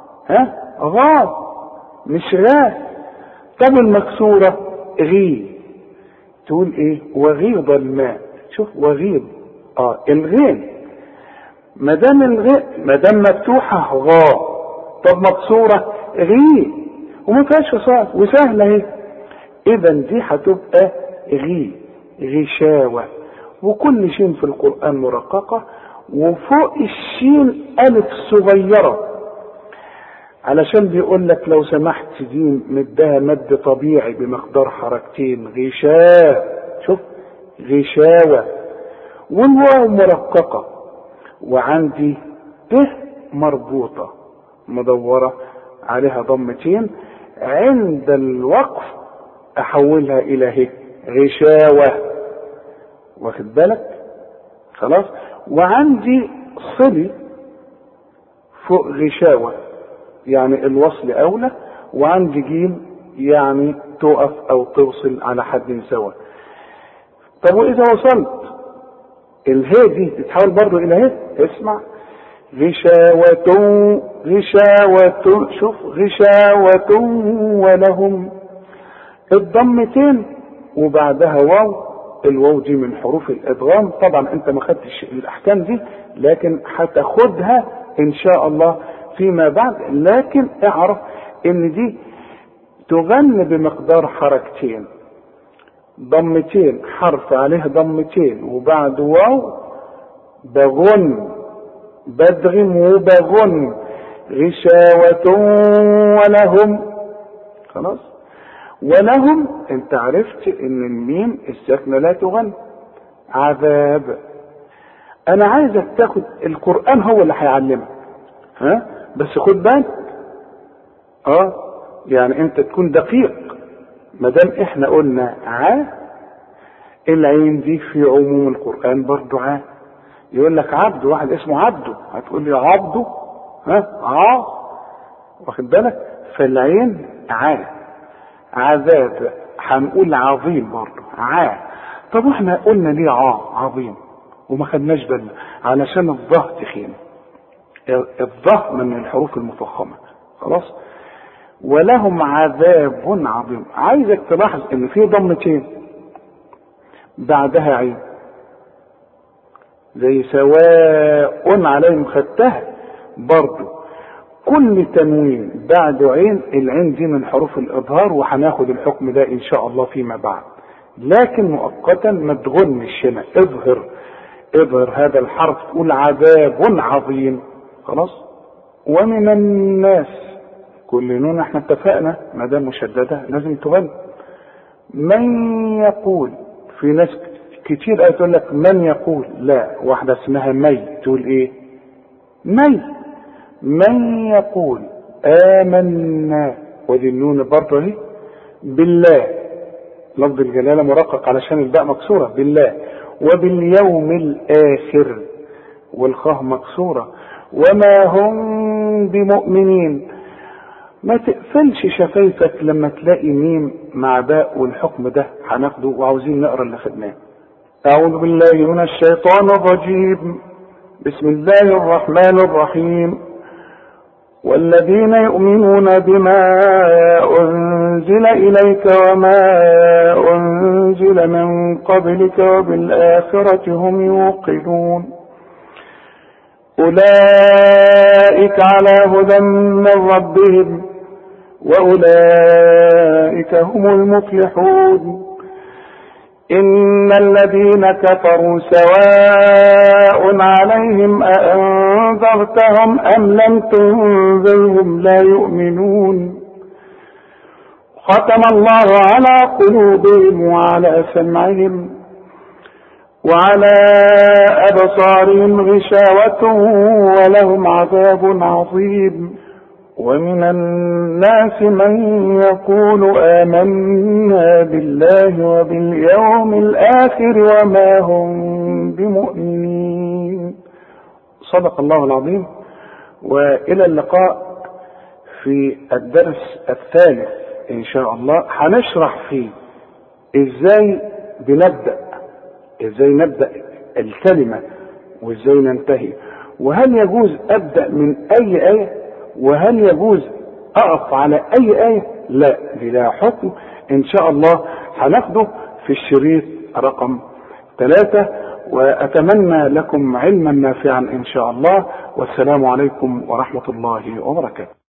غا مش غا. طب المكسورة غي، تقول ايه؟ وغيض الماء. شوف وغيض الغين ما دام مفتوحة غا. طب مكسورة غي وما فيهاش صاد وسهلة اهي. اذا دي هتبقى غي غشاوة. وكل شين في القرآن مرققة، وفوق الشين ألف صغيرة، علشان بيقول لك لو سمحت دي مدها مد طبيعي بمقدار حركتين غشاء. شوف غشاوة. والواو مرققة، وعندي ت مربوطة مدورة عليها ضمتين، عند الوقف احولها الى ه غشاوة. واخد بالك؟ خلاص. وعندي صلي فوق غشاوة يعني الوصل اولى، وعندي جيم يعني تقف او توصل على حد سوا. طب واذا وصلت الهي دي تتحول برضو الى هي. اسمع غشاوة غشاوة. شوف غشاوة ولهم الضمتين وبعدها واو. الواو دي من حروف الادغام. طبعا انت ما خدتش الاحكام دي، لكن هتاخدها ان شاء الله فيما بعد. لكن اعرف ان دي تغن بمقدار حركتين، ضمتين، حرف عليه ضمتين وبعد واو بغن، بدغم وبغن. غشاوة ولهم. خلاص. ولهم انت عرفت ان الميم الساكنة لا تغن. عذاب. انا عايزك تاخد القرآن هو اللي هيعلمك، بس خد بالك يعني انت تكون دقيق. ما دام احنا قلنا العين دي في عموم القرآن برضو يقول لك عبده، واحد اسمه عبده، هتقول لي عبده واخد بالك؟ فالعين عذاب، هنقول عظيم برضه طب احنا قلنا ليه عظيم وما خدناش بالنا؟ علشان الظه تخين، الظه من الحروف المفخمه، خلاص. ولهم عذاب عظيم. عايزك تلاحظ ان في ضمتين بعدها عين، زي سواء عليهم، خدتها برضو. كل تنوين بعده عين، العين دي من حروف الإظهار، وهناخد الحكم ده إن شاء الله فيما بعد. لكن مؤقتا ما تغنش هنا، اظهر هذا الحرف، تقول عذاب عظيم، خلاص. ومن الناس، كل نون احنا اتفقنا ما دام مشددة لازم تغني. من يقول، في ناس كتير تقول لك من يقول، لا، واحدة اسمها مي، تقول ايه؟ من يقول آمنا، ودي النون برضه اهي، بالله، لفظ الجلالة مرقق علشان الباء مكسورة، بالله، وباليوم الآخر، والخاء مكسورة، وما هم بمؤمنين. ما تقفلش شفايفك لما تلاقي ميم مع باء، والحكم ده هناخده، وعاوزين نقرا اللي خدناه. أعوذ بالله من الشيطان الرجيم. بسم الله الرحمن الرحيم. والذين يؤمنون بما أنزل إليك وما أنزل من قبلك وبالآخرة هم يوقنون أولئك على هدى من ربهم وأولئك هم المفلحون. إن الذين كفروا سواء عليهم أأنذرتهم أم لم تنذرهم لا يؤمنون. ختم الله على قلوبهم وعلى سمعهم وعلى أبصارهم غشاوة ولهم عذاب عظيم. ومن الناس من يقول آمنا بالله وباليوم الآخر وما هم بمؤمنين. صدق الله العظيم. وإلى اللقاء في الدرس الثالث إن شاء الله. هنشرح فيه إزاي نبدأ الكلمة وإزاي ننتهي، وهل يجوز أبدأ من أي آية، وهل يجوز أقف على أي آية؟ لا، بلا حكم إن شاء الله هناخده في الشريط رقم 3. وأتمنى لكم علما نافعا إن شاء الله، والسلام عليكم ورحمة الله وبركاته.